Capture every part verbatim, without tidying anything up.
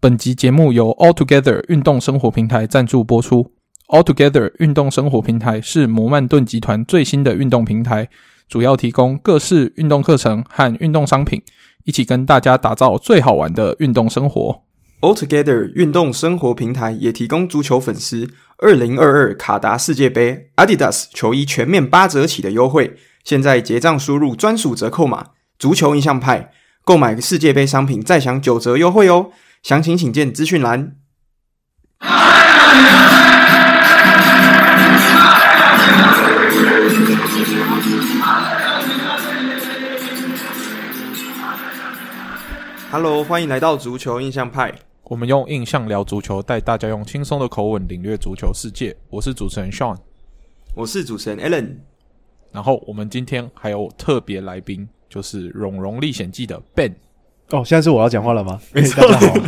本集节目由 Altogether 运动生活平台赞助播出。Altogether 运动生活平台是摩曼顿集团最新的运动平台，主要提供各式运动课程和运动商品，一起跟大家打造最好玩的运动生活。 Altogether 运动生活平台也提供足球粉丝二零二二卡达世界杯 Adidas 球衣全面八折起的优惠，现在结账输入专属折扣码足球印象派，购买世界杯商品再享九折优惠哦。详情请见资讯栏。Hello， 欢迎来到足球印象派。 我们用印象聊足球，带大家用轻松的口吻领略足球世界。我是主持人 Sean， 我是主持人 Alan。 然后我们今天还有特别来宾，就是《荣荣历险记》的 Ben。 哦，现在是我要讲话了吗？ 没错，大家好，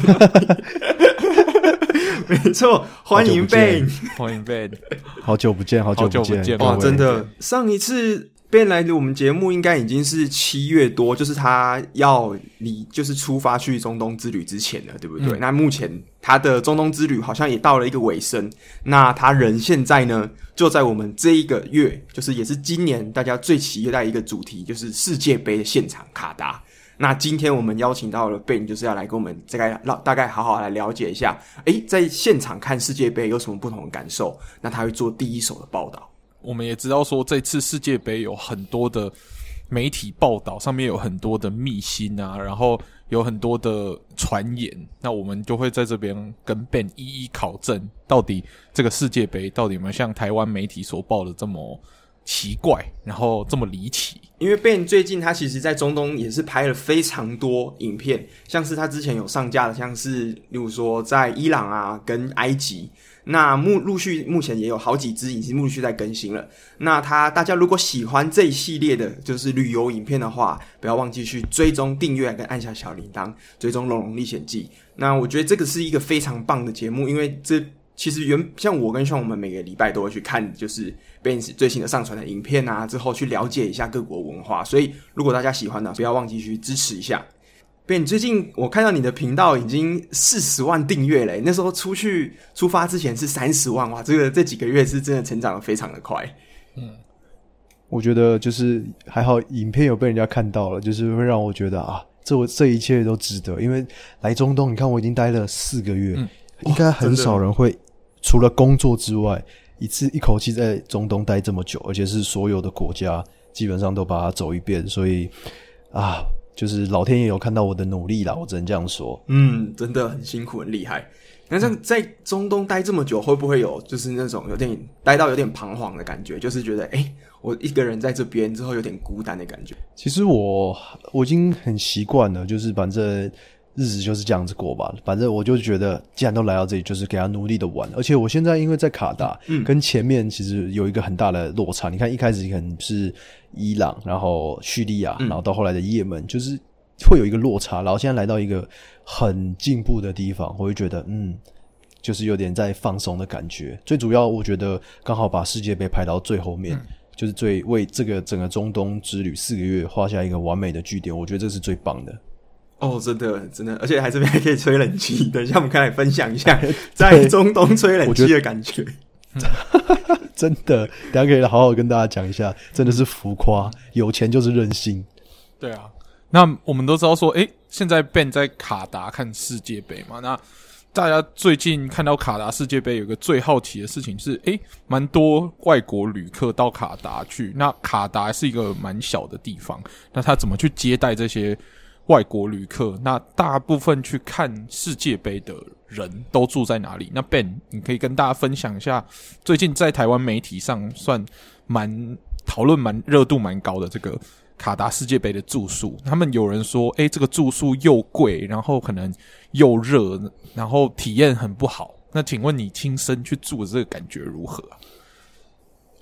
没错，欢迎 Ben， 欢迎 Ben， 好久不见，好久不见， 不见哇，真的，上一次 Ben 来我们节目应该已经是七月多，就是他要离，就是出发去中东之旅之前了，对不对？嗯、那目前他的中东之旅好像也到了一个尾声，那他人现在呢，就在我们这一个月，就是也是今年大家最期待一个主题，就是世界杯的现场卡达。那今天我们邀请到了 Ben， 就是要来跟我们大概大概好好来了解一下，诶，在现场看世界杯有什么不同的感受？那他会做第一手的报道。 我们也知道说，这次世界杯有很多的媒体报道，上面有很多的秘辛啊，然后有很多的传言。那我们就会在这边跟 Ben 一一考证，到底这个世界杯到底有没有像台湾媒体所报的这么奇怪，然后这么离奇。 因为 Ben 最近他其实在中东也是拍了非常多影片，像是他之前有上架的，像是例如说在伊朗啊跟埃及，那目陆续目前也有好几支已经陆续在更新了。那他大家如果喜欢这一系列的就是旅游影片的话，不要忘记去追踪订阅跟按下小铃铛，追踪荣荣历险记。那我觉得这个是一个非常棒的节目，因为这其实原像我跟像我们每个礼拜都会去看，就是 Ben 最新的上传的影片啊，之后去了解一下各国文化。所以如果大家喜欢呢，不要忘记去支持一下。Ben 最近我看到你的频道已经四十万订阅了，那时候出去出发之前是三十万，哇，这个这几个月是真的成长得非常的快。 嗯，我觉得就是还好，影片有被人家看到了，就是会让我觉得啊，这这一切都值得。因为来中东，你看我已经待了四个月。嗯，应该很少人会除了工作之外一次一口气在中东待这么久，而且是所有的国家基本上都把它走一遍，所以啊，就是老天爷有看到我的努力啦，我只能这样说。 嗯，真的很辛苦很厉害。那像在中东待这么久，会不会有就是那种有点待到有点彷徨的感觉，就是觉得诶、欸、我一个人在这边之后有点孤单的感觉？ 其实我我已经很习惯了，就是反正日子就是这样子过吧，反正我就觉得既然都来到这里，就是给他努力的玩。而且我现在因为在卡达，嗯，跟前面其实有一个很大的落差。你看一开始可能是伊朗，然后叙利亚，然后到后来的也门，就是会有一个落差。然后现在来到一个很进步的地方，我会觉得嗯，就是有点在放松的感觉。最主要我觉得刚好把世界杯排到最后面，嗯，就是最为这个整个中东之旅四个月画下一个完美的句点，我觉得这是最棒的。 哦，真的真的，而且还这边还可以吹冷气。等一下我们可以来分享一下在中东吹冷气的感觉。 真的，等一下可以好好跟大家讲一下，真的是浮夸，有钱就是任性。 对啊，那我们都知道说，诶，现在 Ben 在卡达看世界杯嘛，那大家最近看到卡达世界杯有个最好奇的事情是，诶，蛮多外国旅客到卡达去，那卡达是一个蛮小的地方，那他怎么去接待这些外国旅客？那大部分去看世界杯的人都住在哪里？那 Ben 你可以跟大家分享一下最近在台湾媒体上算蛮讨论蛮热度蛮高的这个卡达世界杯的住宿。他们有人说诶这个住宿又贵，然后可能又热，然后体验很不好。那请问你亲身去住的这个感觉如何啊？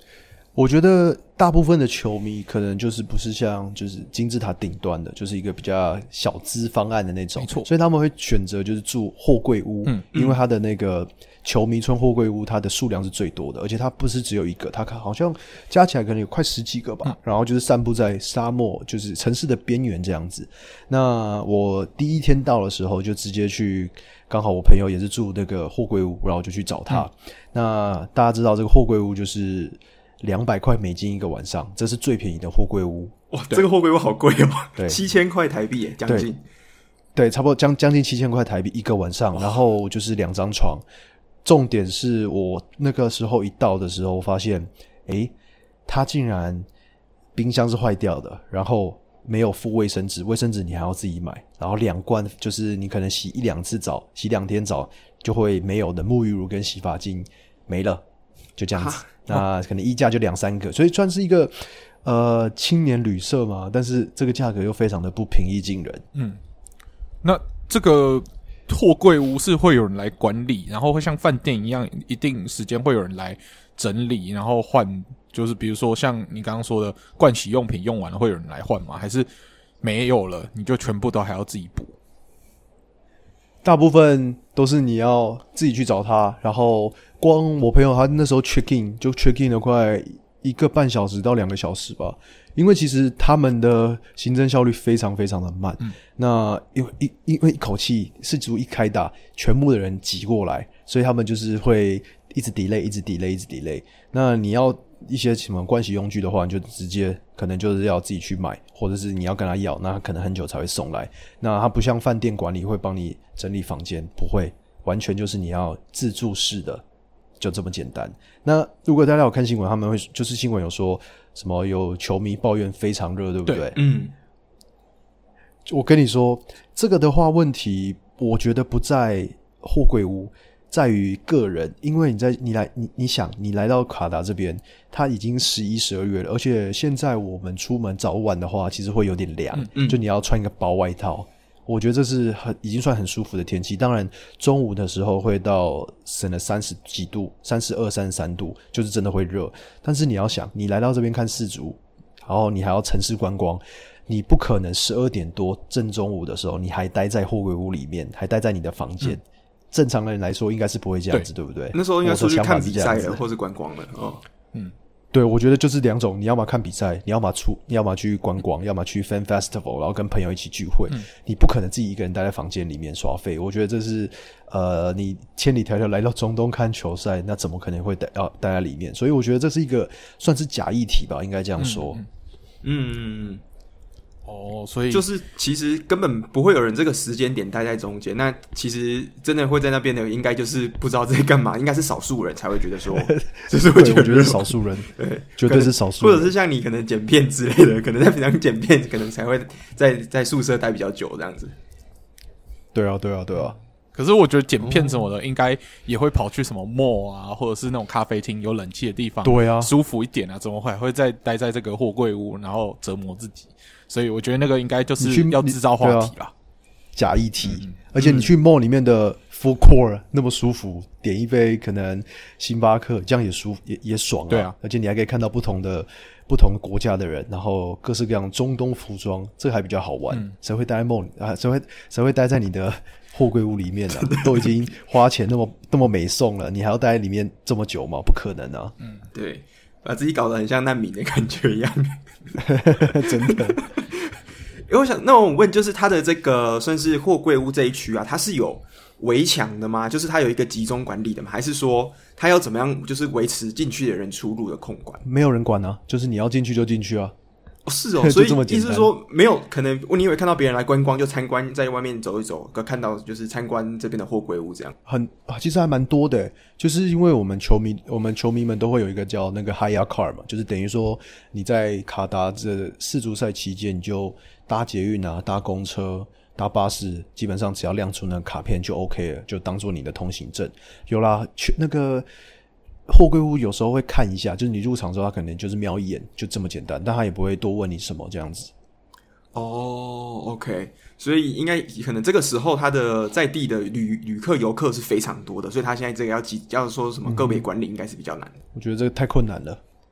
我觉得大部分的球迷可能就是不是像就是金字塔顶端的，就是一个比较小资方案的那种， 没错， 所以他们会选择就是住货柜屋，嗯，因为它的那个球迷村货柜屋，它的数量是最多的，而且它不是只有一个，它好像加起来可能有快十几个吧，嗯、然后就是散布在沙漠，就是城市的边缘这样子。那我第一天到的时候就直接去，刚好我朋友也是住那个货柜屋，然后我就去找他。嗯、那大家知道这个货柜屋就是两百块美金一个晚上，这是最便宜的货柜屋。 哇，这个货柜屋好贵哦，对，七千块台币耶，将近。 对，对，差不多将将近七千块台币一个晚上，然后就是两张床。重点是我那个时候一到的时候，发现，诶，他竟然冰箱是坏掉的，然后没有附卫生纸，卫生纸你还要自己买，然后两罐就是你可能洗一两次澡，洗两天澡就会没有的沐浴乳跟洗发精没了，就这样子。那可能衣架就两三个，所以算是一个呃青年旅社嘛，但是这个价格又非常的不平易近人。 嗯，那这个货柜屋是会有人来管理，然后会像饭店一样，一定时间会有人来整理，然后换，就是比如说像你刚刚说的盥洗用品用完了会有人来换吗？还是没有了你就全部都还要自己补？ 大部分都是你要自己去找他，然后光我朋友他那时候 check in 就 check in 了快一个半小时到两个小时吧，因为其实他们的行政效率非常非常的慢。嗯、那因为一因为一口气事主一开打，全部的人挤过来，所以他们就是会一直 delay， 一直 delay， 一直 delay。那你要一些什么盥洗用具的话，你就直接可能就是要自己去买，或者是你要跟他要，那他可能很久才会送来。那他不像饭店管理会帮你整理房间，不会，完全就是你要自助式的。就这么简单。那如果大家有看新闻，他们会就是新闻有说什么有球迷抱怨非常热，对不对？ 对，嗯， 我跟你说，这个的话问题，我觉得不在货柜屋，在于个人，因为你在你来你你想你来到卡达这边，它已经十一、十二月了，而且现在我们出门早晚的话，其实会有点凉，嗯嗯就你要穿一个薄外套。我觉得这是很已经算很舒服的天气，当然中午的时候会到省了三十几度，三十二、三十三度，就是真的会热。但是你要想，你来到这边看世足，然后你还要城市观光，你不可能十二点多正中午的时候，你还待在货柜屋里面，还待在你的房间。嗯、正常人来说，应该是不会这样子， 对, 对不对？ 那时候应该出去看比赛了，或是观光了。哦， 嗯。对，我觉得就是两种，你要么看比赛，你要么出，你要么去观光，要么去 fan festival， 然后跟朋友一起聚会。嗯、你不可能自己一个人待在房间里面耍废。我觉得这是呃，你千里迢迢来到中东看球赛，那怎么可能会待要待在里面？所以我觉得这是一个算是假议题吧，应该这样说。 嗯嗯嗯。 哦，所以就是其实根本不会有人这个时间点待在中间。那其实真的会在那边的，应该就是不知道在干嘛，应该是少数人才会觉得说，就是会觉得， 我觉得是少数人， 对， 绝对是少数人， 或者是像你可能剪片之类的，可能在平常剪片，可能才会在在宿舍待比较久这样子。 对啊，对啊，对啊。 可是我觉得剪片什么的，应该也会跑去什么 mall 啊，或者是那种咖啡厅有冷气的地方， 对啊， 舒服一点啊，怎么会会再待在这个货柜屋，然后折磨自己？所以我觉得那个应该就是要制造话题啦， 啊、假议题。嗯、而且你去 mall 里面的 food court 那么舒服，点一杯可能星巴克，这样也舒服也也爽啊。 对啊， 而且你还可以看到不同的不同国家的人，然后各式各样中东服装，这个还比较好玩。嗯、谁会待在 mall 啊？谁会谁会待在你的货柜屋里面呢、啊？都已经花钱那么那么美送了，你还要待在里面这么久吗？不可能啊！ 嗯，对，把自己搞得很像难民的感觉一样。 真的。 因为我想，那我问，就是它的这个算是货柜屋这一区啊，它是有围墙的吗？就是它有一个集中管理的吗？还是说它要怎么样，就是维持进去的人出入的控管？ 没有人管啊，就是你要进去就进去啊。 哦，是哦，所以意思是说，没有可能，你以为看到别人来观光就参观，在外面走一走，看到就是参观这边的货柜屋这样。 很，其实还蛮多的，就是因为我们球迷，我们球迷们都会有一个叫那个 Haya Card 嘛，就是等于说你在卡达这世足赛期间，你就搭捷运啊，搭公车，搭巴士，基本上只要亮出那个卡片就 OK 了，就当做你的通行证。有啦，去那个。货柜屋有时候会看一下，就是你入场的时候，他可能就是瞄一眼，就这么简单，但他也不会多问你什么这样子。 哦 ，OK， 所以应该可能这个时候他的在地的旅旅客游客是非常多的，所以他现在这个要要说什么个别管理应该是比较难的。 我觉得这个太困难了。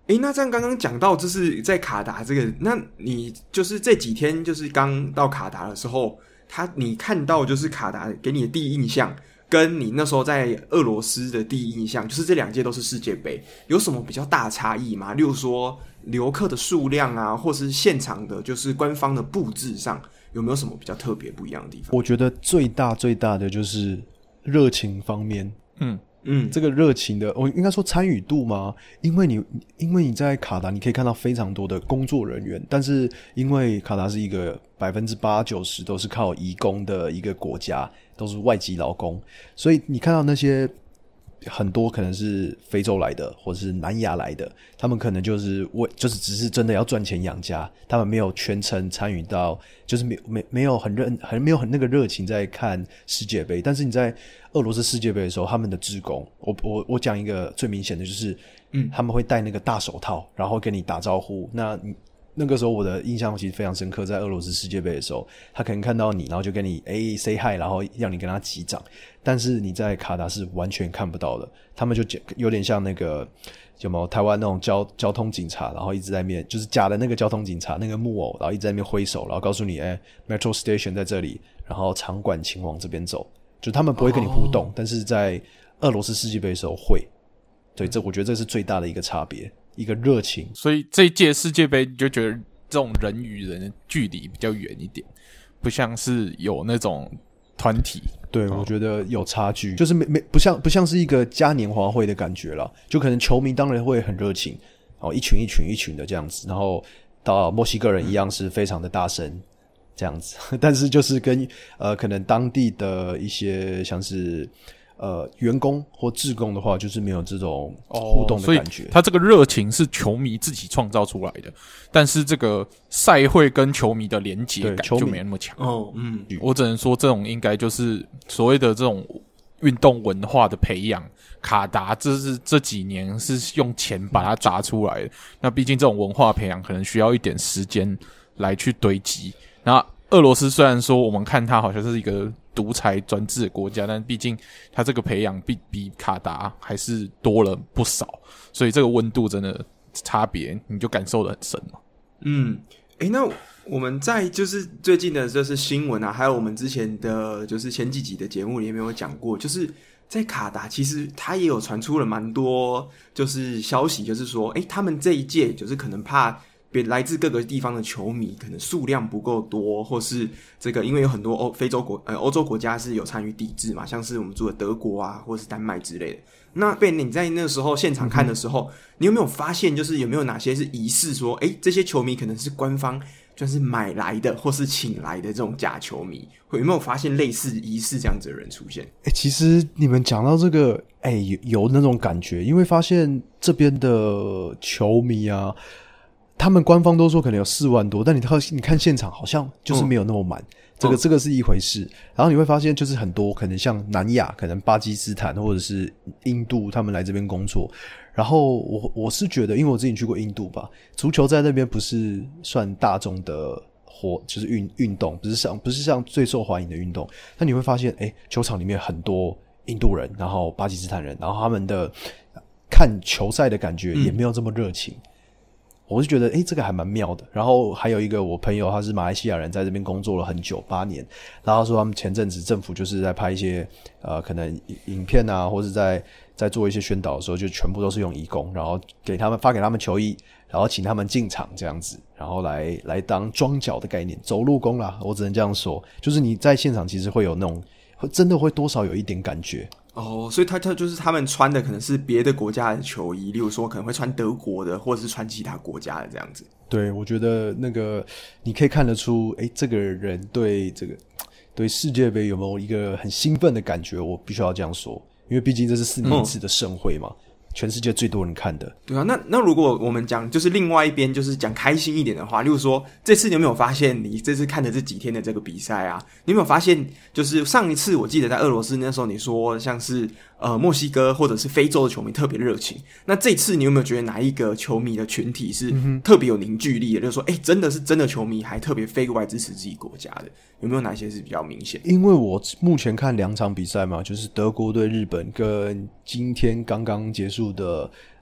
诶，那这样刚刚讲到就是在卡达这个，那你就是这几天就是刚到卡达的时候，他你看到就是卡达给你的第一印象，跟你那时候在俄罗斯的第一印象，就是这两届都是世界杯，有什么比较大差异吗？例如说游客的数量啊，或是现场的就是官方的布置上，有没有什么比较特别不一样的地方？ 我觉得最大最大的就是热情方面， 嗯嗯，这个热情的，我应该说参与度吗？因为你因为你在卡达，你可以看到非常多的工作人员，但是因为卡达是一个百分之八九十都是靠移工的一个国家，都是外籍劳工，所以你看到那些很多可能是非洲来的，或者是南亚来的，他们可能就是为就是只是真的要赚钱养家，他们没有全程参与到，就是没没没有很热很没有很那个热情在看世界杯。但是你在俄罗斯世界杯的时候，他们的志工，我我我讲一个最明显的就是，嗯，他们会戴那个大手套，然后跟你打招呼。那那个时候我的印象其实非常深刻，在俄罗斯世界杯的时候，他可能看到你，然后就跟你诶 say hi， 然后让你跟他击掌。但是你在卡达是完全看不到的，他们就有点像那个有没有台湾那种交交通警察，然后一直在面就是假的那个交通警察那个木偶，然后一直在那边挥手，然后告诉你诶 metro station 在这里，然后场馆请往这边走，就他们不会跟你互动， oh. 但是在俄罗斯世界杯的时候会。对，这我觉得这是最大的一个差别，一个热情。 所以这一届世界杯你就觉得这种人与人的距离比较远一点，不像是有那种团体。 对，哦、我觉得有差距，就是没没不像不像是一个嘉年华会的感觉啦，就可能球迷当然会很热情，然后一群一群一群的这样子，然后到墨西哥人一样是非常的大声这样子，但是就是跟呃可能当地的一些像是。呃，员工或志工的话，就是没有这种互动的感觉。 哦、所以他这个热情是球迷自己创造出来的，但是这个赛会跟球迷的连结感就没那么强。 哦，嗯， 我只能说这种应该就是所谓的这种运动文化的培养。卡达这是这几年是用钱把它砸出来的，那毕竟这种文化培养可能需要一点时间来去堆积。那俄罗斯虽然说我们看它好像是一个独裁专制的国家，但毕竟它这个培养比比卡达还是多了不少，所以这个温度真的差别你就感受得很深嘛。 嗯，诶，那我们在就是最近的这是新闻啊，还有我们之前的就是前几集的节目里面有讲过，就是在卡达其实它也有传出了蛮多就是消息，就是说诶他们这一届就是可能怕别来自各个地方的球迷可能数量不够多，或是这个因为有很多欧非洲国呃欧洲国家是有参与抵制嘛，像是我们住的德国啊，或是丹麦之类的。那Ben你在那时候现场看的时候，嗯、你有没有发现就是有没有哪些是疑似说，诶这些球迷可能是官方就是买来的，或是请来的这种假球迷，有没有发现类似疑似这样子的人出现？ 诶其实你们讲到这个，诶有有那种感觉，因为发现这边的球迷啊。他们官方都说可能有四万多，但你看你看现场好像就是没有那么满、嗯，这个、嗯、这个是一回事。然后你会发现就是很多可能像南亚，可能巴基斯坦或者是印度，他们来这边工作。然后我我是觉得，因为我之前去过印度吧，足球在那边不是算大众的活，就是运运动，不是像不是像最受欢迎的运动。但你会发现，诶，球场里面很多印度人，然后巴基斯坦人，然后他们的看球赛的感觉也没有这么热情。嗯我是觉得诶这个还蛮妙的。然后还有一个我朋友他是马来西亚人，在这边工作了很久八年，然后他说他们前阵子政府就是在拍一些呃可能影片啊，或是在在做一些宣导的时候，就全部都是用移工，然后给他们发给他们球衣，然后请他们进场这样子，然后来来当装脚的概念，走路工啦，我只能这样说，就是你在现场其实会有那种真的会多少有一点感觉。 哦，所以他他就是他们穿的可能是别的国家的球衣，例如说可能会穿德国的，或者是穿其他国家的这样子。 对，我觉得那个你可以看得出，诶，这个人对这个对世界杯有没有一个很兴奋的感觉？我必须要这样说，因为毕竟这是四年一次的盛会嘛。嗯全世界最多人看的。 对啊，那那如果我们讲就是另外一边，就是讲开心一点的话，例如说这次你有没有发现，你这次看的这几天的这个比赛啊，你有没有发现，就是上一次我记得在俄罗斯那时候，你说像是呃墨西哥或者是非洲的球迷特别热情，那这次你有没有觉得哪一个球迷的群体是特别有凝聚力的？嗯、就是说，哎、欸，真的是真的球迷，还特别飞过来支持自己国家的，有没有哪些是比较明显？ 因为我目前看两场比赛嘛，就是德国对日本跟今天刚刚结束的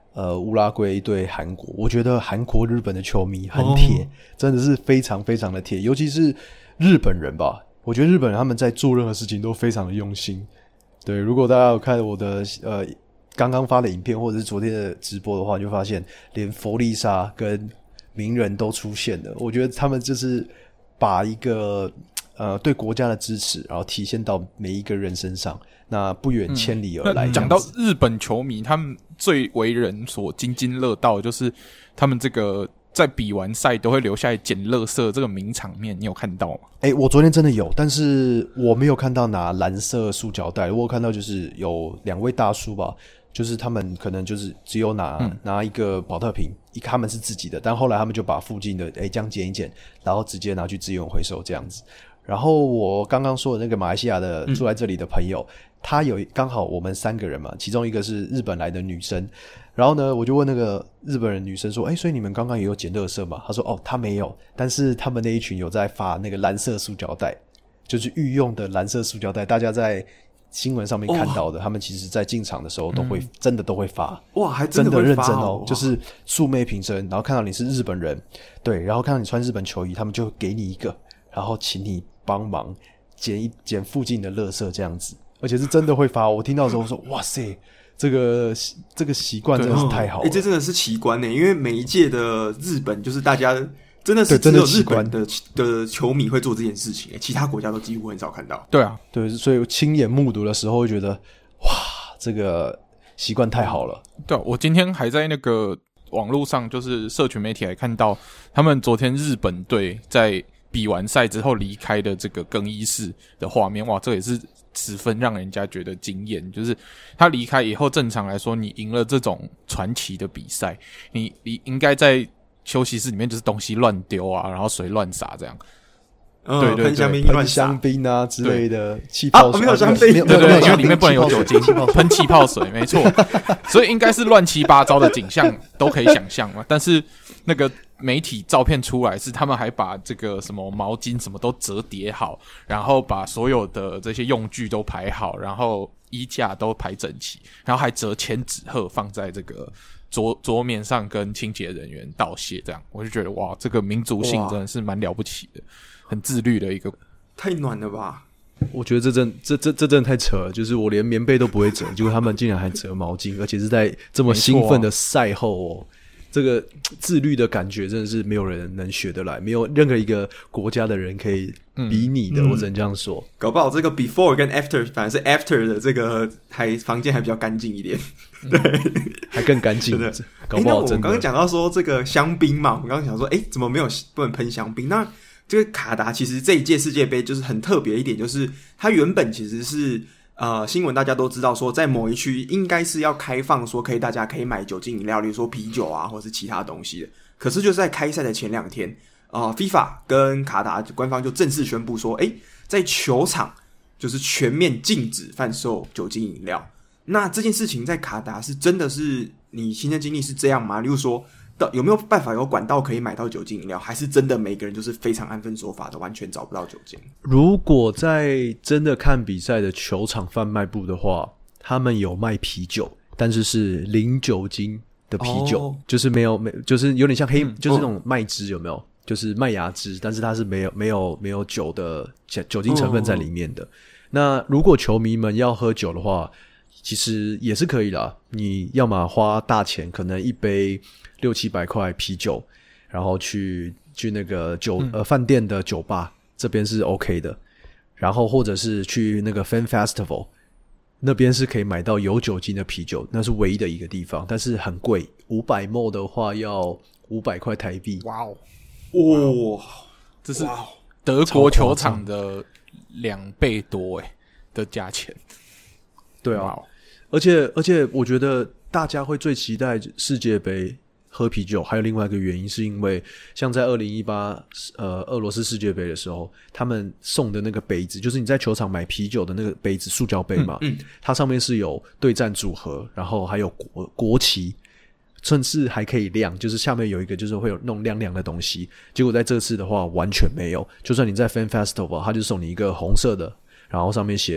呃乌拉圭对韩国，我觉得韩国日本的球迷很铁、哦、真的是非常非常的铁，尤其是日本人吧，我觉得日本人他们在做任何事情都非常的用心。对，如果大家有看我的呃刚刚发的影片或者是昨天的直播的话，你就发现连佛利萨跟名人都出现了。我觉得他们就是把一个呃对国家的支持，然后体现到每一个人身上，那不远千里而来。讲、 嗯、到日本球迷，他们最为人所津津乐道的就是他们这个在比完赛都会留下来捡垃圾这个名场面，你有看到吗？ 诶、欸、我昨天真的有，但是我没有看到拿蓝色塑胶袋，我有看到就是有两位大叔吧，就是他们可能就是只有拿、嗯、拿一个保特瓶，一他们是自己的，但后来他们就把附近的诶、欸、这样捡一捡，然后直接拿去资源回收这样子。然后我刚刚说的那个马来西亚的住在这里的朋友，嗯、他有刚好我们三个人嘛，其中一个是日本来的女生，然后呢我就问那个日本人女生说，诶，所以你们刚刚也有捡垃圾吗？她说哦，她没有，但是他们那一群有在发那个蓝色塑胶袋，就是御用的蓝色塑胶袋，大家在新闻上面看到的、哦、他们其实在进场的时候都会、嗯、真的都会发， 哇，还真的会发、哦、 真的认真哦，就是素昧平生，然后看到你是日本人，对，然后看到你穿日本球衣，他们就会给你一个，然后请你帮忙捡一捡附近的垃圾这样子，而且是真的会发。我听到的时候说，哇塞，这个这个习惯真的是太好了， 欸、这真的是奇观耶，因为每一届的日本就是大家真的是只有日本 的, 的球迷会做这件事情，其他国家都几乎很少看到。 对啊， 对，所以亲眼目睹的时候会觉得，哇，这个习惯太好了。 对啊，我今天还在那个网络上，就是社群媒体还看到他们昨天日本队在比完赛之后离开的这个更衣室的画面，哇，这也是十分让人家觉得惊艳。就是他离开以后，正常来说，你赢了这种传奇的比赛，你你应该在休息室里面就是东西乱丢啊，然后水乱洒这样。 嗯、 对对对， 喷香槟、 喷香槟啊之类的气泡水， 啊、没有香槟， 对对对，因为里面不能有酒精，喷气泡水，没错。所以应该是乱七八糟的景象都可以想象嘛。但是那个媒体照片出来是他们还把这个什么毛巾什么都折叠好，然后把所有的这些用具都排好，然后衣架都排整齐，然后还折千纸鹤放在这个桌桌面上跟清洁人员道谢，这样我就觉得哇，这个民族性真的是蛮了不起的，很自律的一个， 太暖了吧。 我觉得这真这这这真的太扯了，就是我连棉被都不会折，结果他们竟然还折毛巾，而且是在这么兴奋的赛后哦，这个自律的感觉真的是没有人能学得来，没有任何一个国家的人可以比拟的，嗯、我只能这样说。 搞不好这个 before 跟 after 反而是 after 的这个还房间还比较干净一点，对， 还更干净。 的， 搞不好真的。欸、 我刚刚讲到说这个香槟嘛，我刚刚想说，哎、欸，怎么没有不能喷香槟？那这个卡达其实这一届世界杯就是很特别一点，就是它原本其实是呃新闻大家都知道说，在某一区应该是要开放说可以大家可以买酒精饮料，例如说啤酒啊或是其他东西的。可是就是在开赛的前两天，呃 FIFA 跟卡达官方就正式宣布说，诶，在球场就是全面禁止贩售酒精饮料。那这件事情在卡达是真的是你亲身经历是这样吗？例如说有没有办法有管道可以买到酒精饮料，还是真的每个人就是非常安分守法的完全找不到酒精？ 如果在真的看比赛的球场贩卖部的话，他们有卖啤酒，但是是零酒精的啤酒，哦、就是没有没就是有点像黑、嗯、就是那种麦汁，有没有？就是麦芽汁，但是它是没有没有没有酒的酒精成分在里面的。哦、那如果球迷们要喝酒的话，其实也是可以的。你要么花大钱，可能一杯六七百块啤酒，然后去去那个酒、嗯、呃饭店的酒吧，这边是 OK 的。然后或者是去那个 Fan Festival， 那边是可以买到有酒精的啤酒，那是唯一的一个地方，但是很贵，五百 ml 的话要五百块台币。 哇哦！ 哇， 这是德国球场的两倍多诶的价钱。 对啊，而且而且我觉得大家会最期待世界杯喝啤酒，还有另外一个原因是因为像在二零一八呃俄罗斯世界杯的时候，他们送的那个杯子，就是你在球场买啤酒的那个杯子，塑胶杯嘛，嗯嗯、它上面是有对战组合，然后还有国国旗，甚至还可以亮，就是下面有一个就是会有那种亮亮的东西。结果在这次的话完全没有，就算你在 Fan Festival， 它就送你一个红色的，然后上面写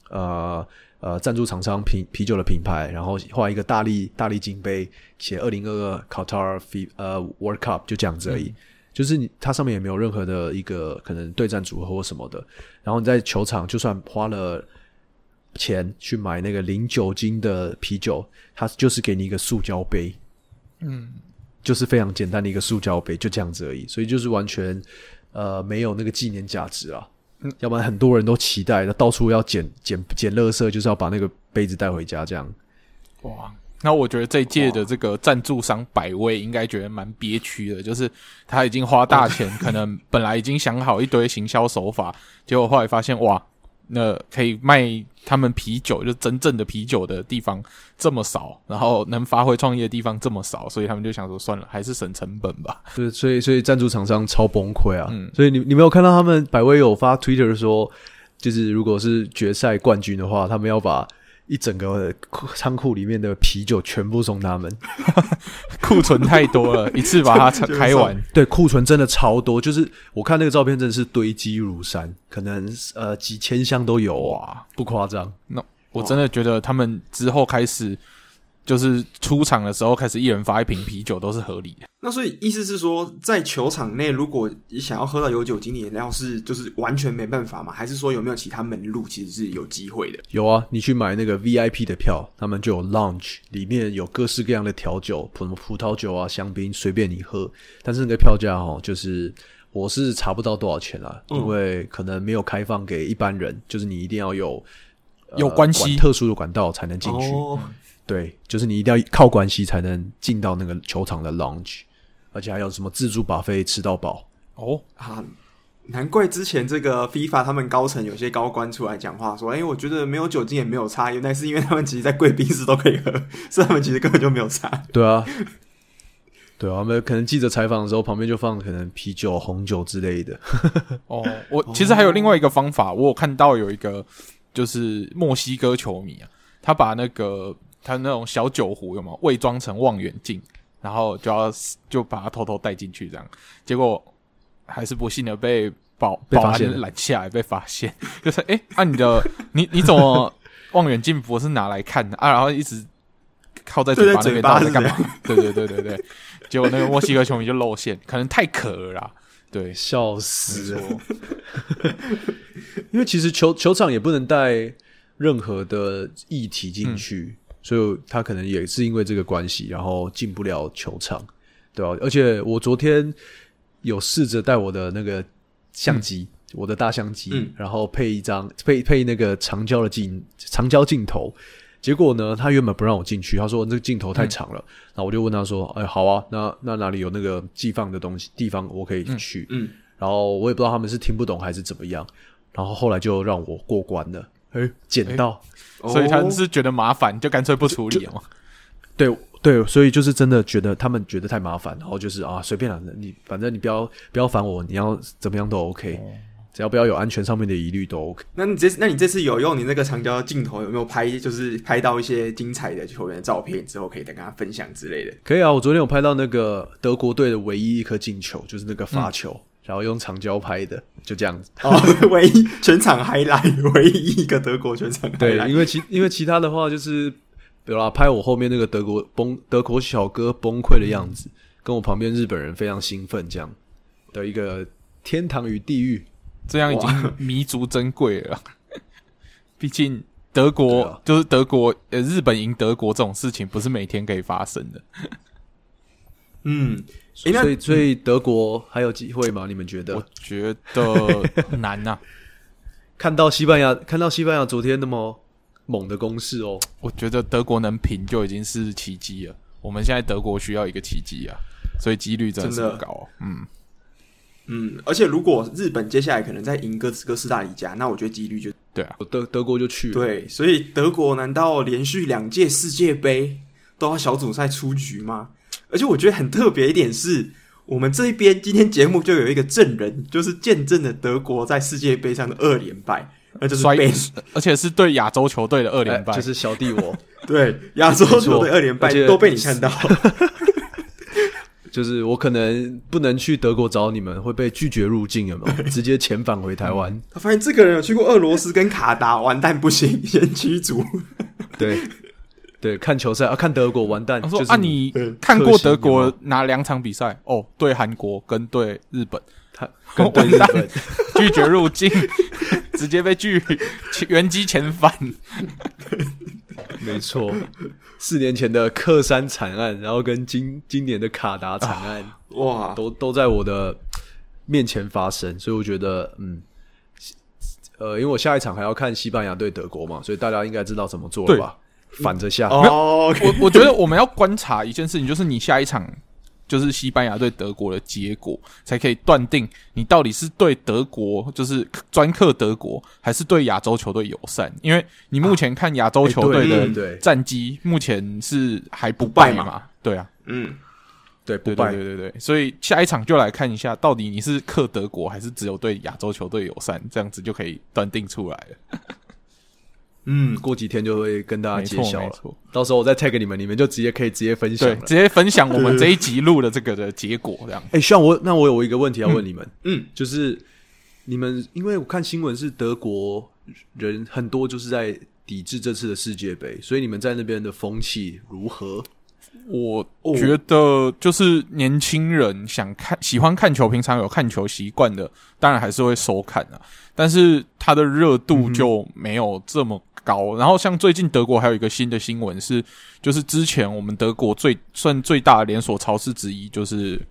呃呃赞助厂商啤啤酒的品牌，然后画一个大力大力金杯，写二零二二 Qatar 呃 World Cup 就这样子而已。嗯，就是你它上面也没有任何的一个可能对战组合或什么的，然后你在球场就算花了钱去买那个零酒精的啤酒，它就是给你一个塑胶杯，嗯，就是非常简单的一个塑胶杯，就这样子而已，所以就是完全呃没有那个纪念价值啦。嗯，要不然很多人都期待，那到处要捡捡捡垃圾，就是要把那个杯子带回家这样。 哇！那我觉得这一届的这个赞助商百威应该觉得蛮憋屈的，就是他已经花大钱，可能本来已经想好一堆行销手法，结果后来发现哇，那可以卖他们啤酒，就真正的啤酒的地方这么少，然后能发挥创意的地方这么少，所以他们就想说算了，还是省成本吧。 对，所以所以赞助厂商超崩溃啊！嗯，所以你你没有看到他们百威有发 Twitter 说，就是如果是决赛冠军的话，他们要把一整个仓库里面的啤酒全部送他们， 库存太多了，一次把它开完。 对，库存真的超多，就是我看那个照片真的是堆积如山，可能呃几千箱都有哇，不夸张。 那我真的觉得他们之后开始就是出场的时候开始一人发一瓶啤酒都是合理的。 那所以意思是说，在球场内如果你想要喝到有酒精的饮料是就是完全没办法吗？还是说有没有其他门路其实是有机会的？ 有啊，你去买那个 V I P 的票，他们就有 lounge， 里面有各式各样的调酒，什么葡萄酒啊、香槟，随便你喝。但是那个票价齁，就是我是查不到多少钱啦，嗯，因为可能没有开放给一般人，就是你一定要有、 呃、有关系特殊的管道才能进去。哦，对，就是你一定要靠关系才能进到那个球场的 lounge， 而且还有什么自助 buffet 吃到饱。 哦啊，难怪之前这个 FIFA 他们高层有些高官出来讲话说，哎，我觉得没有酒精也没有差，原来是因为他们其实在贵宾室都可以喝，所以他们其实根本就没有差。 对啊，对啊，他们可能记者采访的时候旁边就放可能啤酒、红酒之类的。 哦，我其实还有另外一个方法，我有看到有一个就是墨西哥球迷啊，他把那个他那种小酒壶有没有伪装成望远镜，然后就要就把它偷偷带进去，这样结果还是不幸的被保保安拦下来被发现，就是哎，啊你的你你怎么望远镜不是拿来看的啊？然后一直靠在嘴巴那边到底在干嘛？对对对对对，结果那个墨西哥球迷就露馅，可能太渴了啦。对， 笑死了。因为其实球球场也不能带任何的液体进去。嗯，所以他可能也是因为这个关系，然后进不了球场，对吧？而且我昨天有试着带我的那个相机，嗯，我的大相机，嗯，然后配一张配配那个长焦的镜长焦镜头，结果呢，他原本不让我进去，他说这个镜头太长了。然后我就问他说：“哎，好啊，那那哪里有那个寄放的东西地方我可以去？”嗯，嗯然后我也不知道他们是听不懂还是怎么样，然后后来就让我过关了。哎，捡到。 欸，所以他是觉得麻烦，就干脆不处理了嘛。 对对，所以就是真的觉得他们觉得太麻烦，然后就是啊，随便啦，你反正你不要不要烦我，你要怎么样都 OK，哦，只要不要有安全上面的疑虑都 OK。 那你这那你这次有用你那个长焦镜头有没有拍，就是拍到一些精彩的球员的照片之后可以再跟他分享之类的？ 可以啊，我昨天有拍到那个德国队的唯一一颗进球，就是那个罚球。嗯，然后用长焦拍的，就这样子。 哦，唯一全场highlight，唯一一个德国全场 highlight。 对，因为其因为其他的话就是，比如啦，拍我后面那个德国崩德国小哥崩溃的样子，跟我旁边日本人非常兴奋这样的一个天堂与地狱， 这样已经弥足珍贵了。毕竟德国、啊、就是德国，呃，日本赢德国这种事情不是每天可以发生的。 嗯。 欸、所以，所以德国还有机会吗？你们觉得？ 我觉得难啊。 看到西班牙，看到西班牙昨天那么猛的攻势哦， 我觉得德国能平就已经是奇迹了。我们现在德国需要一个奇迹啊，所以几率真的是很高、哦。嗯嗯，而且如果日本接下来可能再赢哥哥斯达黎加，那我觉得几率就对啊， 德德国就去了。 对，所以德国难道连续两届世界杯都要小组赛出局吗？而且我觉得很特别一点是，我们这一边今天节目就有一个证人，就是见证了德国在世界杯上的二连败，那就是被， 而且是对亚洲球队的二连败、 欸，就是小弟我对亚洲球队二连败都被你看到， 就是我可能不能去德国找你们，会被拒绝入境，有没有？直接遣返回台湾。 他发现这个人有去过俄罗斯跟卡达，完蛋不行，先驱逐。 对对，看球赛啊，看德国完蛋。 他说、 就是、 啊，你看过德国哪两场比赛？哦，对韩国跟对日本， 他跟对日本拒绝入境，直接被拒原机遣返。 没错，四年前的克山惨案，然后跟今今年的卡达惨案，啊、 哇， 都都在我的面前发生，所以我觉得，嗯，呃，因为我下一场还要看西班牙对德国嘛，所以大家应该知道怎么做了吧？反着下。 哦， 我我觉得我们要观察一件事情，就是你下一场就是西班牙对德国的结果，才可以断定你到底是对德国就是专克德国，还是对亚洲球队友善。因为你目前看亚洲球队的战绩，目前是还不败嘛？嘛对啊， 嗯， 对，不败， 对对对对。所以下一场就来看一下，到底你是克德国，还是只有对亚洲球队友善，这样子就可以断定出来了。 嗯，过几天就会跟大家揭晓了。到时候我再 tag 你们，你们就直接可以直接分享了， 对，直接分享我们这一集录的这个的结果，这样。 哎、欸，像我那我有一个问题要问你们， 嗯， 就是你们因为我看新闻是德国人很多就是在抵制这次的世界杯，所以你们在那边的风气如何？ 我觉得就是年轻人想看、喜欢看球，平常有看球习惯的，当然还是会收看啊。但是它的热度就没有这么高。然后像最近德国还有一个新的新闻是，就是之前我们德国最算最大的连锁超市之一就是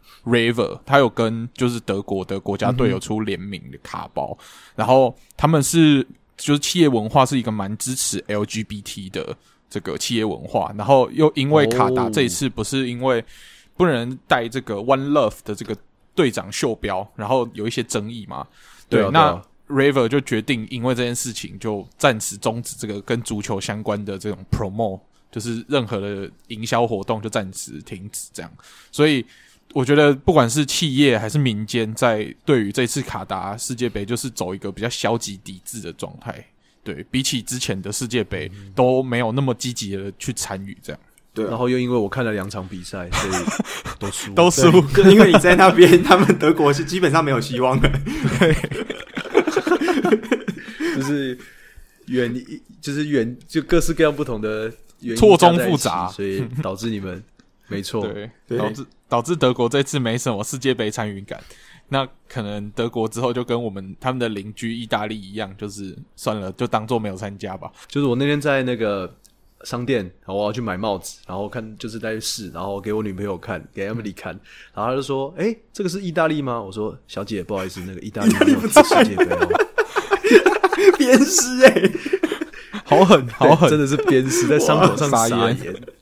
Rewe， 它有跟就是德国的国家队有出联名的卡包，然后他们是就是企业文化是一个蛮支持 L G B T 的这个企业文化，然后又因为卡达这一次不是因为不能带这个 One Love 的这个队长袖标，然后有一些争议嘛，对， 对啊， 那对啊 Rewe 就决定因为这件事情就暂时终止这个跟足球相关的这种 promote， 就是任何的营销活动就暂时停止这样。所以我觉得不管是企业还是民间，在对于这次卡达世界杯就是走一个比较消极抵制的状态。对，比起之前的世界杯都没有那么积极的去参与这样。 对、啊， 然后又因为我看了两场比赛，所以都输， 都输， 就因为你在那边，他们德国是基本上没有希望的。 对。 就是远，就是远，就各式各样不同的原因错综复杂， 所以导致你们没错， 对，导致导致德国这次没什么世界杯参与感。那可能德国之后就跟我们他们的邻居意大利一样，就是算了，就当做没有参加吧。 就是我那天在那个商店，然后我要去买帽子，然后看就是在试，然后给我女朋友看，给 Emily 看，然后她就说：“哎、欸，这个是意大利吗？”我说：“小姐，不好意思，那个意大利没有踢世界杯哦。” 鞭尸哎， 好狠，好狠， 真的是鞭尸，在伤口上撒盐，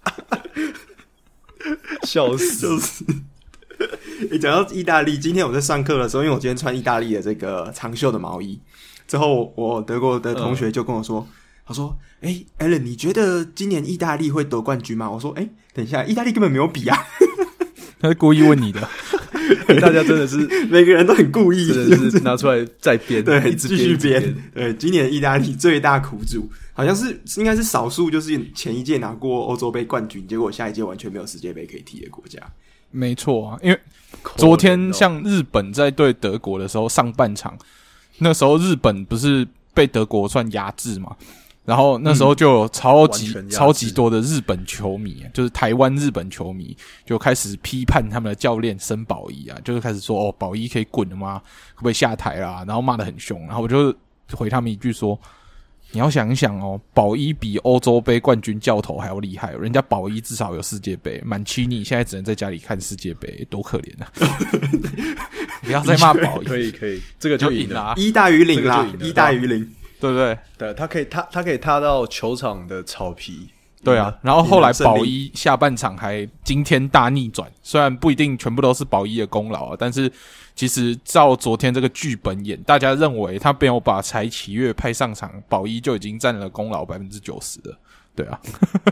笑死！ 死你讲到意大利，今天我在上课的时候，因为我今天穿意大利的这个长袖的毛衣，之后我德国的同学就跟我说，嗯、他说：“哎、欸、，Alan， 你觉得今年意大利会夺冠军吗？”我说：“哎、欸，等一下，意大利根本没有比啊。” 他是故意问你的。 大家真的是每个人都很故意， 真的是拿出来再编， 对， 一直继续编。 对，今年意大利最大苦主，好像是应该是少数，就是前一届拿过欧洲杯冠军，结果下一届完全没有世界杯可以踢的国家。 没错啊，因为昨天像日本在对德国的时候，上半场那时候日本不是被德国算压制嘛？然后那时候就有超级、嗯、超级多的日本球迷，就是台湾日本球迷就开始批判他们的教练申宝仪啊，就是开始说哦，宝仪可以滚了吗？可不可以下台啦？然后骂得很凶，然后我就回他们一句说：你要想一想哦，宝仪比欧洲杯冠军教头还要厉害，人家宝仪至少有世界杯，满七尼现在只能在家里看世界杯，多可怜啊！不要再骂宝仪， 可以可以，这个就赢了， 一大于零啦，一大于零。 对不对？ 对，他可以他他可以踏到球场的草皮。 对啊，然后后来宝一下半场还惊天大逆转，虽然不一定全部都是宝一的功劳啊，但是其实照昨天这个剧本演，大家认为他没有把柴崎岳派上场，宝一就已经占了功劳 百分之九十 了。对啊。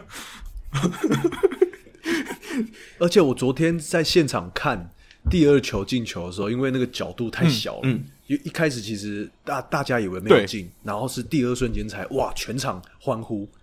而且我昨天在现场看第二球进球的时候，因为那个角度太小了，嗯嗯一一开始其实大大家以为没有进，然后是第二瞬间才哇全场欢呼，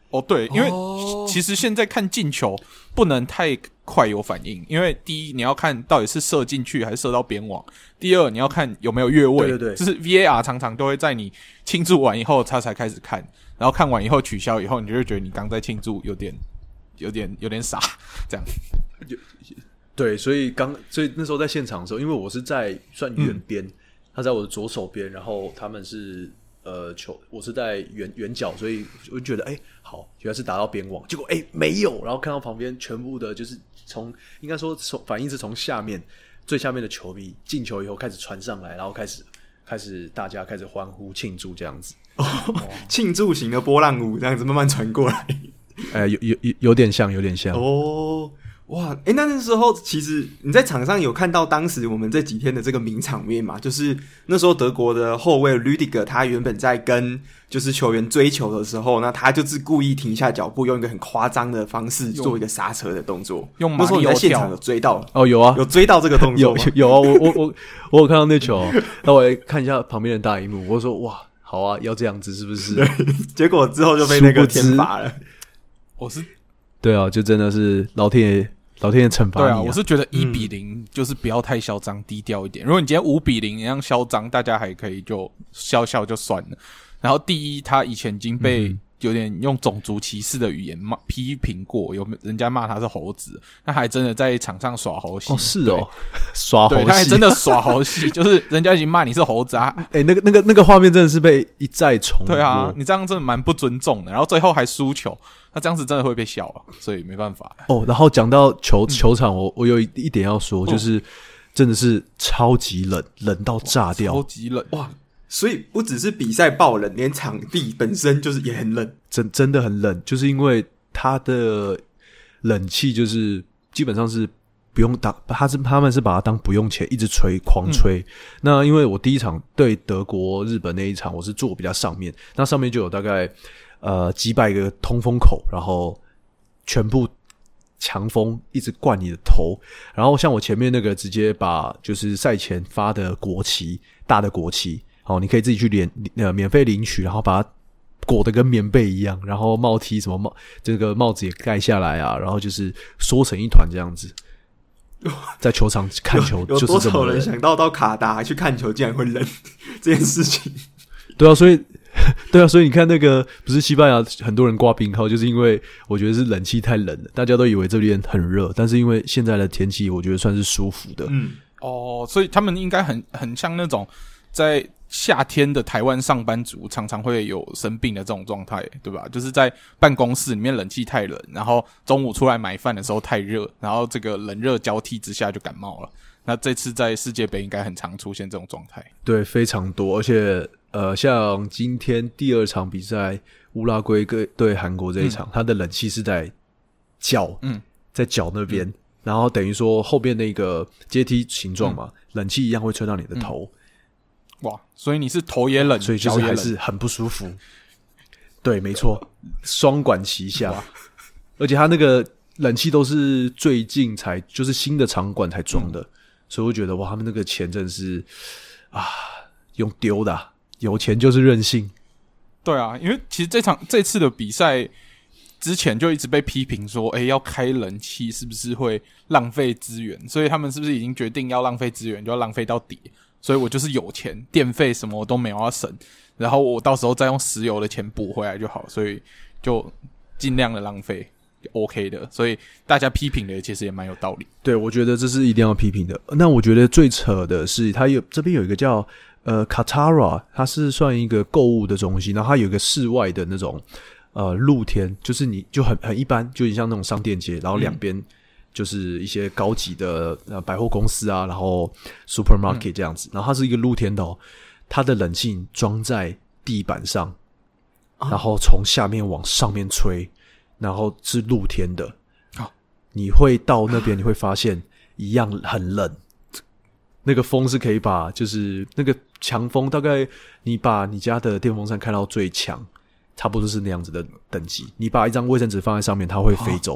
哦，对，因为其实现在看进球不能太快有反应，因为第一你要看到底是射进去还是射到边网，第二你要看有没有越位， 对对对， 就是 V A R 常常都会在你庆祝完以后他才开始看，然后看完以后取消以后，你就会觉得你刚在庆祝有点有点有点傻这样。 对，所以刚所以那时候在现场的时候，因为我是在算远边、嗯，他在我的左手边，然后他们是呃球，我是在远远角，所以我就觉得哎、欸，好，原来是打到边网，结果哎、欸、没有，然后看到旁边全部的就是从应该说从反应是从下面最下面的球迷进球以后开始传上来，然后开始开始大家开始欢呼庆祝这样子， 庆、哦、祝型的波浪舞这样子慢慢传过来， 哎、呃，有有有有点像，有点像哦。哇，诶，那那时候其实你在场上有看到当时我们这几天的这个名场面嘛？就是那时候德国的后卫 Rüdiger 他原本在跟就是球员追球的时候，那他就是故意停下脚步，用一个很夸张的方式做一个刹车的动作。 用那时候你在现场有追到哦，有啊， 有追到这个动作有有啊，我我我我有看到那球，那我来看一下旁边的大荧幕，我说哇，好啊，要这样子是不是？ 对，结果之后就被那个天罚了。 我是对啊，就真的是老天爷。老天爷惩罚你、啊。 对啊，我是觉得一比零就是不要太嚣张、嗯，低调一点。如果你今天五比零一样嚣张，大家还可以就笑笑就算了。然后第一，他以前已经被有点用种族歧视的语言骂批评过，有人家骂他是猴子，他还真的在场上耍猴戏。 哦，是哦，耍猴戏， 对，他还真的耍猴戏，就是人家已经骂你是猴子啊。 哎、欸，那个那个那个画面真的是被一再重播。 对啊，你这样真的蛮不尊重的。然后最后还输球。那这样子真的会被笑啊，所以没办法。 哦，然后讲到球球场，我我有一一点要说，就是真的是超级冷，冷到炸掉， 超级冷哇！所以不只是比赛爆冷，连场地本身就是也很冷， 真真的很冷，就是因为它的冷气就是基本上是不用当，他是他们是把它当不用钱，一直吹狂吹、嗯。那因为我第一场对德国日本那一场，我是坐比较上面，那上面就有大概。呃，几百个通风口，然后全部强风一直灌你的头，然后像我前面那个直接把就是赛前发的国旗，大的国旗，好，你可以自己去领呃免费领取，然后把它裹得跟棉被一样，然后帽 T 什么帽这个帽子也盖下来啊，然后就是缩成一团这样子，在球场看球就是这么冷。 有多少人想到到卡达去看球竟然会冷这件事情？ 对啊，所以。对啊，所以你看那个不是西班牙很多人挂冰号，就是因为我觉得是冷气太冷了，大家都以为这边很热，但是因为现在的天气我觉得算是舒服的。 嗯，哦，所以他们应该很很像那种在夏天的台湾上班族常常会有生病的这种状态，对吧？就是在办公室里面冷气太冷，然后中午出来买饭的时候太热，然后这个冷热交替之下就感冒了。那这次在世界杯应该很常出现这种状态。 对，非常多，而且呃，像今天第二场比赛乌拉圭对韩国这一场，它、嗯、的冷气是在脚，嗯，在脚那边、嗯，然后等于说后边那个阶梯形状嘛、嗯，冷气一样会吹到你的头。 嗯、哇，所以你是头也冷， 所以就是还是很不舒服。对，没错，双管齐下，而且它那个冷气都是最近才就是新的场馆才装的。嗯，所以我觉得哇，他们那个钱真的是啊，用丢的、啊，有钱就是任性。 对啊，因为其实这场这次的比赛之前就一直被批评说，诶，要开冷气是不是会浪费资源？所以他们是不是已经决定要浪费资源，就要浪费到底？所以我就是有钱，电费什么我都没有要省，然后我到时候再用石油的钱补回来就好，所以就尽量的浪费。OK 的，所以大家批评的其实也蛮有道理。 对，我觉得这是一定要批评的。那我觉得最扯的是，它有这边有一个叫呃 Katara， 它是算一个购物的中心，然后它有一个室外的那种呃露天，就是你就很很一般，就很像那种商店街，然后两边就是一些高级的呃百货公司啊，然后 supermarket 这样子，嗯、然后它是一个露天的哦，它的冷气装在地板上，然后从下面往上面吹。然后是露天的、哦、你会到那边你会发现一样很冷，那个风是可以把就是那个强风大概你把你家的电风扇开到最强差不多是那样子的等级，你把一张卫生纸放在上面它会飞走、哦、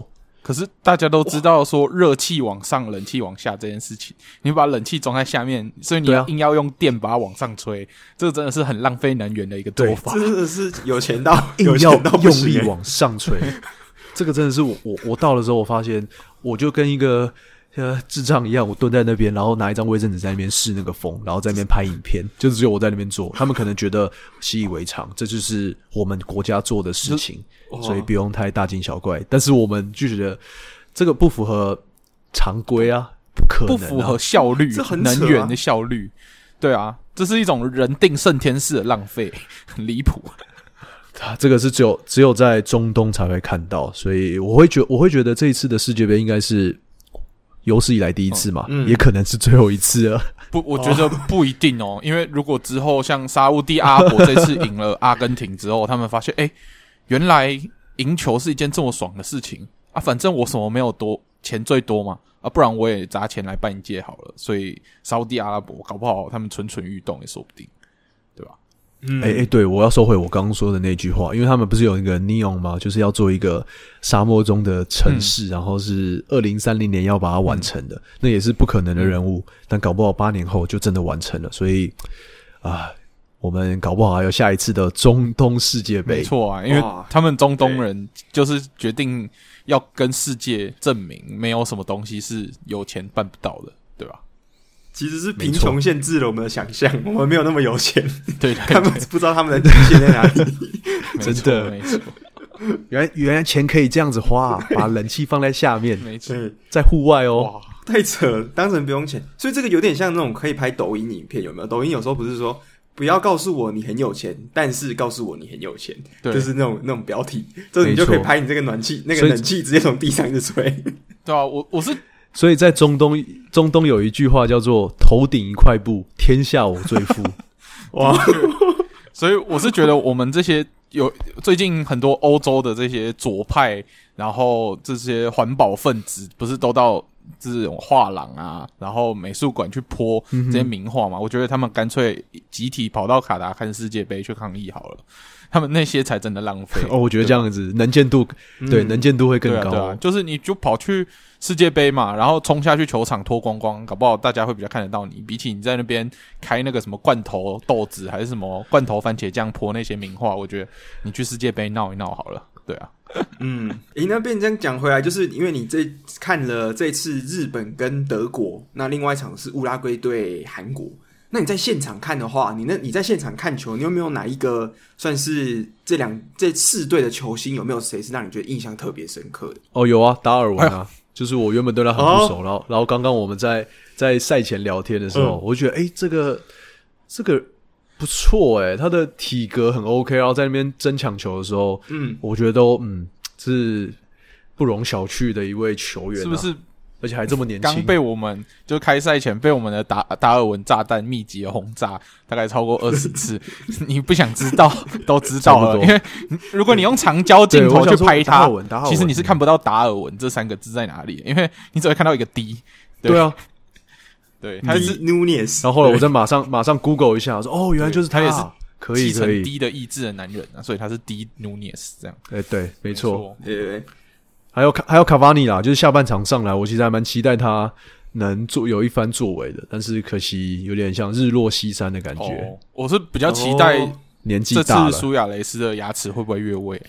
可是大家都知道说热气往上冷气往下这件事情，你把冷气装在下面，所以你硬要用电把它往上吹，这个真的是很浪费能源的一个做法， 真的是有钱到硬要用力欸往上吹这个真的是我我我到了之后我发现我就跟一个呃智障一样，我蹲在那边，然后拿一张卫生纸在那边试那个风，然后在那边拍影片，就只有我在那边做，他们可能觉得习以为常，这就是我们国家做的事情，所以不用太大惊小怪。但是我们就觉得这个不符合常规啊，不可能、啊， 不符合效率， 这很扯啊能源的效率。对啊，这是一种人定胜天式的浪费，很离谱。 啊，这个是只有只有在中东才会看到，所以我会觉我会觉得这一次的世界杯应该是有史以来第一次嘛，嗯、也可能是最后一次了。 不，我觉得不一定哦，因为如果之后像沙烏地阿拉伯这次赢了阿根廷之后，他们发现，哎、欸，原来赢球是一件这么爽的事情啊！反正我什么没有多，钱最多嘛，啊，不然我也砸钱来办一届好了。所以沙烏地阿拉伯搞不好他们蠢蠢欲动也说不定，对吧？ 嗯，哎、欸、哎，对，我要收回我刚刚说的那句话，因为他们不是有一个 Neom 吗？就是要做一个沙漠中的城市，嗯、然后是二零三零年要把它完成的，嗯、那也是不可能的任务，嗯、但搞不好八年后就真的完成了，所以啊，我们搞不好还有下一次的中东世界杯。 没错啊，因为他们中东人就是决定要跟世界证明，没有什么东西是有钱办不到的，对吧？ 其实是贫穷限制了我们的想象，我们没有那么有钱， 对，对对， 他们不知道他们的底线在哪里。 真的， 没错， 原来原来钱可以这样子花，把冷气放在下面， 没错， 在户外哦， 哇，太扯了，当成不用钱，所以这个有点像那种可以拍抖音影片，有没有？抖音有时候不是说不要告诉我你很有钱，但是告诉我你很有钱，就是那种那种标题，这你就可以拍你这个暖气，那个冷气直接从地上就吹。 对啊，我我是。 所以在中东，中东有一句话叫做“头顶一块布，天下我最富”。 哇！所以我是觉得我们这些有最近很多欧洲的这些左派，然后这些环保分子，不是都到这种画廊啊，然后美术馆去泼这些名画嘛？嗯、我觉得他们干脆集体跑到卡达看世界杯去抗议好了。他们那些才真的浪费哦，我觉得这样子能见度，对、嗯、能见度会更高。 对啊，对啊，就是你就跑去世界杯嘛，然后冲下去球场脱光光，搞不好大家会比较看得到你。比起你在那边开那个什么罐头豆子还是什么罐头番茄酱泼那些名画，我觉得你去世界杯闹一闹好了。对啊， 嗯，诶，那变这样讲回来，就是因为你这看了这次日本跟德国，那另外一场是乌拉圭对韩国。那你在现场看的话，你那你在现场看球，你有没有哪一个算是这两这四队的球星，有没有谁是让你觉得印象特别深刻的？ 哦，有啊，达尔文啊，哎、就是我原本对他很不熟，哦、然后然后刚刚我们在在赛前聊天的时候，嗯、我就觉得哎，这个这个不错哎，他的体格很 OK， 然后在那边争抢球的时候，嗯，我觉得都嗯是不容小觑的一位球员、啊， 是不是？ 而且还这么年轻， 刚被我们就开赛前被我们的达达尔文炸弹密集的轰炸，大概超过二十次。你不想知道都知道了，因为如果你用长焦镜头去拍他，其实你是看不到达尔文这三个字在哪里，因为你只会看到一个 D。对, 对啊， 对，他是 Nunez。 然后后来我再马上马上 Google 一下，说哦，原来就是他， 他也是可以继承 D 的意志的男人啊，所以他是 D Nunez 这样。 哎，对，没错， 对对对。 还有还有卡瓦尼啦，就是下半场上来，我其实还蛮期待他能做有一番作为的，但是可惜有点像日落西山的感觉。 哦、我是比较期待、哦、 年纪大了， 这次苏亚雷斯的牙齿会不会越位？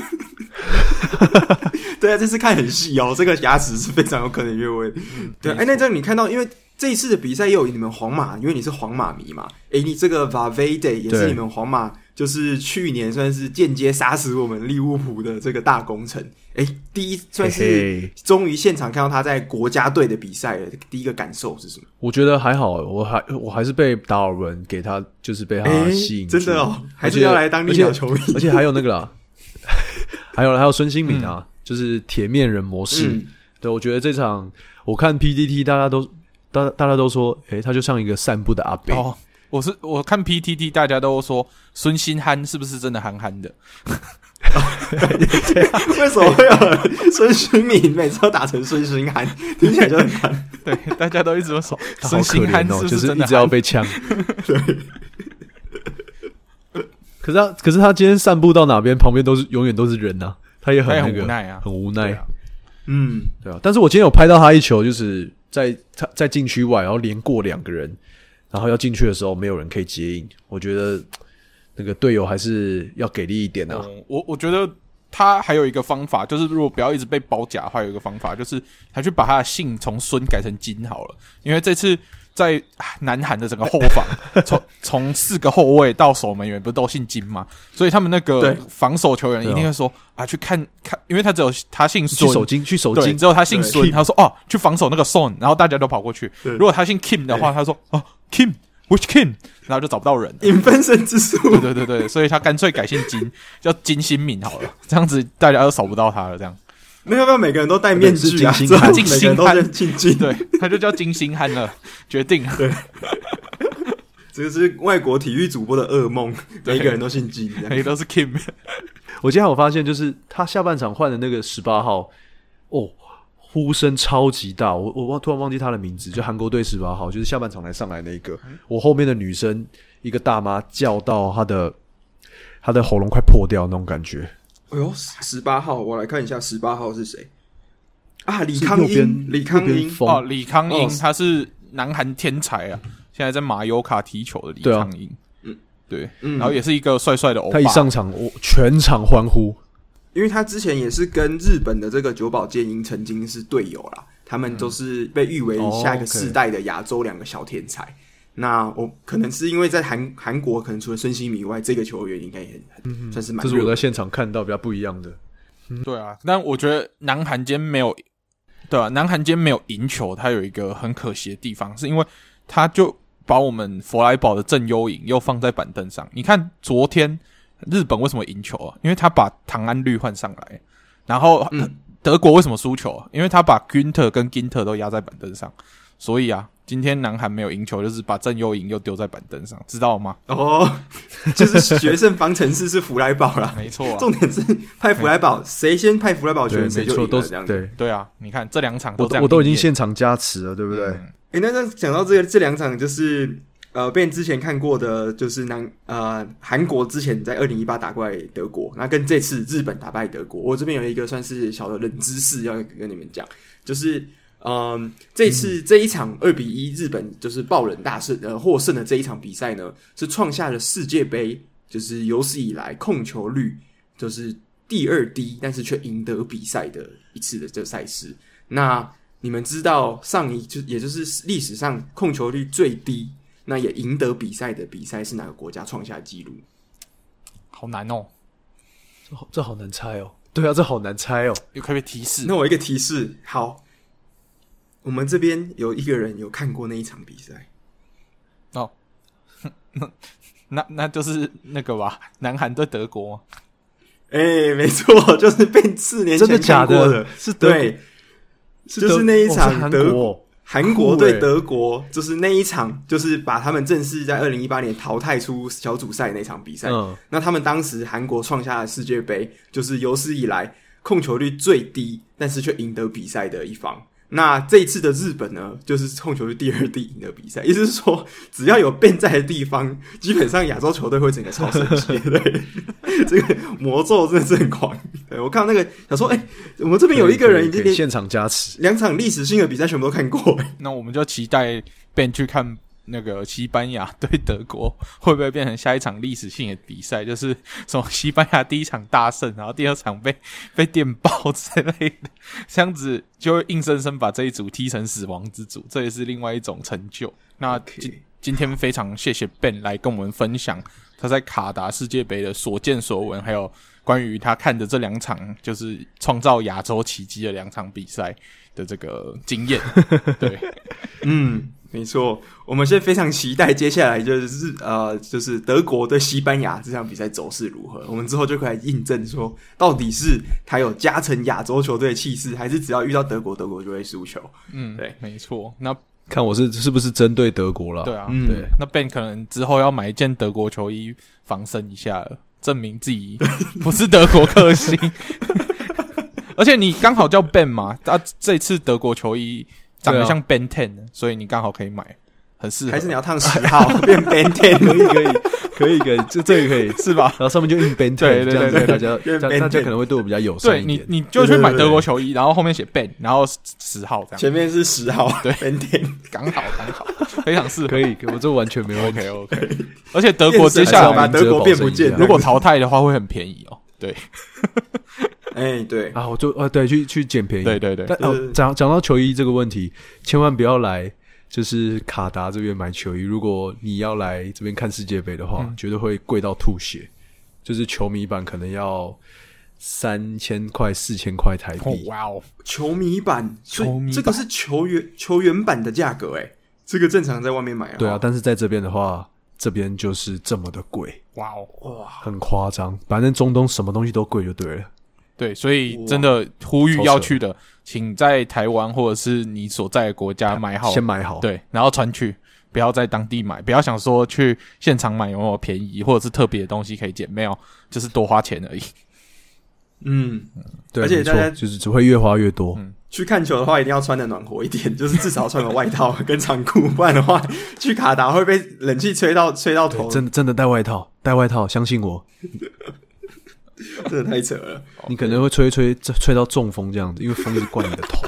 对啊，这次看很细哦，这个牙齿是非常有可能越位的。对，哎，那这样你看到，因为这一次的比赛也有你们皇马，因为你是皇马迷嘛，哎，你这个 Valverde 也是你们皇马。就是去年算是间接杀死我们利物浦的这个大功臣，诶，第一算是终于现场看到他在国家队的比赛了，第一个感受是什么？ 我觉得还好，我还我还是被达尔文给他就是被他吸引住， 真的哦，还是要来当利鸟球迷， 而且还有那个啦，还有还有孙兴慜啊，嗯、就是铁面人模式，嗯、对，我觉得这场我看 P T T 大家都大大家都说，诶，他就像一个散步的阿伯。 哦我是我看 P T T 大家都说孙兴憨是不是真的憨憨的？ 为什么会有孙兴慜每次都打成孙兴憨，听起来就很憨？ 对，大家都一直都说孙兴憨是不是真的憨， 就是一直要被呛。 对。 可是他，可是他今天散步到哪边，旁边都是永远都是人啊，他也很那个， 很无奈啊， 很无奈。 啊、 嗯， 对啊。但是我今天有拍到他一球，就是在他在禁区外，然后连过两个人，然后要进去的时候没有人可以接应，我觉得那个队友还是要给力一点啊。 嗯、我我觉得他还有一个方法，就是如果不要一直被包夹的话，有一个方法就是他去把他的姓从孙改成金好了，因为这次在南韩的整个后防，从从四个后卫到守门员不是都姓金吗？所以他们那个防守球员一定会说啊，去看看，因为他只有他姓孙， 去守金，去守金， 对，只有他姓孙，他说哦，去防守那个 Son， 然后大家都跑过去。如果他姓 Kim 的话，他说哦 ，Kim。Which Kim？ 然后就找不到人， 引分身之术。 对对对对，所以他干脆改姓金，叫金新敏好了，这样子大家都找不到他了。这样没有没有，每个人都戴面具啊， 金星金星汉， 姓金， 对，他就叫金星汉了，决定了。 对，这个是外国体育主播的噩梦，每一个人都姓金， 每个都是 Kim。 我今天有发现，就是他下半场换的那个十八号，哦。呼声超级大，我我突然忘记他的名字，就韩国队十八号，就是下半场才上来那一个。我后面的女生一个大妈叫到她的她的喉咙快破掉那种感觉。 哎呦，十八号，我来看一下十八号是谁啊？李康英，李康英哦，李康英，他是南韩天才啊，现在在马尤卡踢球的李康英，嗯，对，嗯，然后也是一个帅帅的欧巴。 他一上场，我全场欢呼。 因为他之前也是跟日本的这个久保建英曾经是队友啦，他们都是被誉为下一个世代的亚洲两个小天才。哦 okay、那我可能是因为在韩韩国，可能除了孙兴慜以外，这个球员应该也很、嗯、算是蛮。 这是我在现场看到比较不一样的。 嗯、对啊，但我觉得南韩今天没有，对啊，南韩今天没有赢球，它有一个很可惜的地方，是因为他就把我们弗莱堡的郑优颖又放在板凳上。你看昨天。日本为什么赢球啊？因为他把唐安绿换上来，然后、嗯、德国为什么输球啊？因为他把 Günther 跟 Ginter 都压在板凳上，所以啊，今天南韩没有赢球，就是把郑优颖又丢在板凳上，知道吗？ 哦，就是决胜方程式是弗莱堡啦， 没错、啊。 重点是派弗莱堡，谁先派弗莱堡球员谁就赢了，这样子。 对对啊，你看这两场都这样， 我都已经现场加持了，对不对？ 嗯诶、欸，那讲到这个这两场就是。呃，Ben之前看过的，就是南呃韩国之前在二零一八打败德国，那跟这次日本打败德国，我这边有一个算是小的冷知识要跟你们讲，就是嗯、呃、这次这一场二比一日本就是爆冷大胜呃获胜的这一场比赛呢，是创下了世界杯就是有史以来控球率就是第二低，但是却赢得比赛的一次的这个赛事。那你们知道上一就也就是历史上控球率最低？那也赢得比赛的比赛是哪个国家创下纪录？ 好难哦， 这好这好难猜哦。对啊，这好难猜哦。 有可不可以提示？ 那我一个提示，好，我们这边有一个人有看过那一场比赛。 哦，那那就是那个吧，南韩对德国吗？ 哎、欸，没错，就是被四年前看过的， 真的假的？是德对，是就是那一场德国。 哦韩国对德国，就是那一场，就是把他们正式在二零一八年淘汰出小组赛那场比赛。嗯，那他们当时韩国创下的世界杯，就是有史以来控球率最低，但是却赢得比赛的一方。那这一次的日本呢，就是控球率第二低赢得比赛，意思是说，只要有Ben在的地方，基本上亚洲球队会整个超生气。对，这个魔咒真的是很狂。对，我看到那个想说，哎、欸，我们这边有一个人已经连现场加持两场历史性的比赛全部都看过。 那我们就期待 Ben 去看那个西班牙对德国，会不会变成下一场历史性的比赛？就是什么西班牙第一场大胜，然后第二场被被电爆之类的，这样子就会硬生生把这一组踢成死亡之组，这也是另外一种成就。那今、okay. 今天非常谢谢 Ben 来跟我们分享他在卡达世界杯的所见所闻，还有关于他看的这两场就是创造亚洲奇迹的两场比赛的这个经验。对， 嗯。没错，我们现在非常期待接下来就是呃，就是德国对西班牙这场比赛走势如何。我们之后就可以来印证说，到底是他有加成亚洲球队的气势，还是只要遇到德国，德国就会输球？ 嗯，对，没错。那看我是是不是针对德国了？ 对啊， 嗯、 对。那 Ben 可能之后要买一件德国球衣防身一下了，证明自己不是德国克星。而且你刚好叫 Ben 嘛，他、啊、这次德国球衣。长得像 Ben 十，所以你刚好可以买，很适合。 还是你要烫十号变 Ben 十？ 可以可以。 可以可以，这这个可以是吧？ 然后上面就印 Ben， 对对对对， 大家这样大家可能会对我比较友善对你一点。 你就去买德国球衣，然后后面写 Ben， 然后十号这样， 前面是十号， 对 Ben ten， 刚好刚好，非常适合。 可以，我这完全没问题。 OK OK， 而且德国接下来把德国变不见， 如果淘汰的话会很便宜哦。对， 哎对啊，我就呃对去去捡便宜， 对对对。 但哦，讲讲到球衣这个问题，千万不要来就是卡达这边买球衣。如果你要来这边看世界杯的话，嗯、绝对会贵到吐血。就是球迷版可能要三千块、四千块台币。 哇哦， 球迷版， 球迷版这个是球员球员版的价格哎，这个正常在外面买啊。 对啊，但是在这边的话，这边就是这么的贵。 哇哦， 哇， 很夸张。反正中东什么东西都贵就对了。 对，所以真的呼吁要去的，请在台湾或者是你所在的国家买好， 先买好， 对，然后传去，不要在当地买，不要想说去现场买有没有便宜或者是特别的东西可以捡，没有，就是多花钱而已。 嗯， 对， 而且大家就是只会越花越多。 嗯，去看球的话，一定要穿的暖和一点，就是至少穿个外套跟长裤，不然的话，去卡达会被冷气吹到吹到头。 真的真的带外套，带外套，相信我。 真的太扯了， 你可能会吹吹吹到中风这样子，因为风一直灌你的头。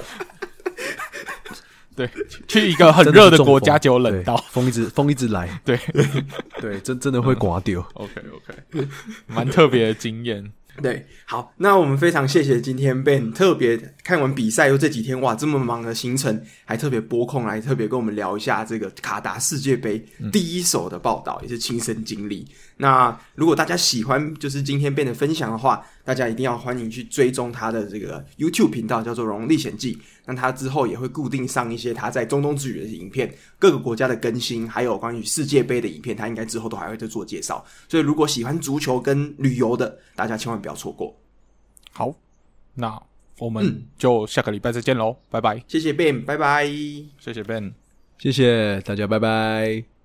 对，去一个很热的国家就冷到， 风一直风一直来。 对对，真真的会刮掉。 OK OK， 蛮特别的经验。 对，好，那我们非常谢谢今天 Ben 特别看完比赛又这几天哇这么忙的行程，还特别拨空来特别跟我们聊一下这个卡达世界杯第一手的报道，嗯、也是亲身经历。那如果大家喜欢就是今天 Ben 的分享的话，大家一定要欢迎去追踪他的这个 YouTube 频道，叫做《荣历险记》。那他之后也会固定上一些他在中东之旅的影片，各个国家的更新，还有关于世界杯的影片，他应该之后都还会再做介绍。所以如果喜欢足球跟旅游的，大家千万不要错过。 好，那我们就下个礼拜再见咯，拜拜。 谢谢 Ben， 拜拜。 谢谢 Ben， 谢谢大家，拜拜。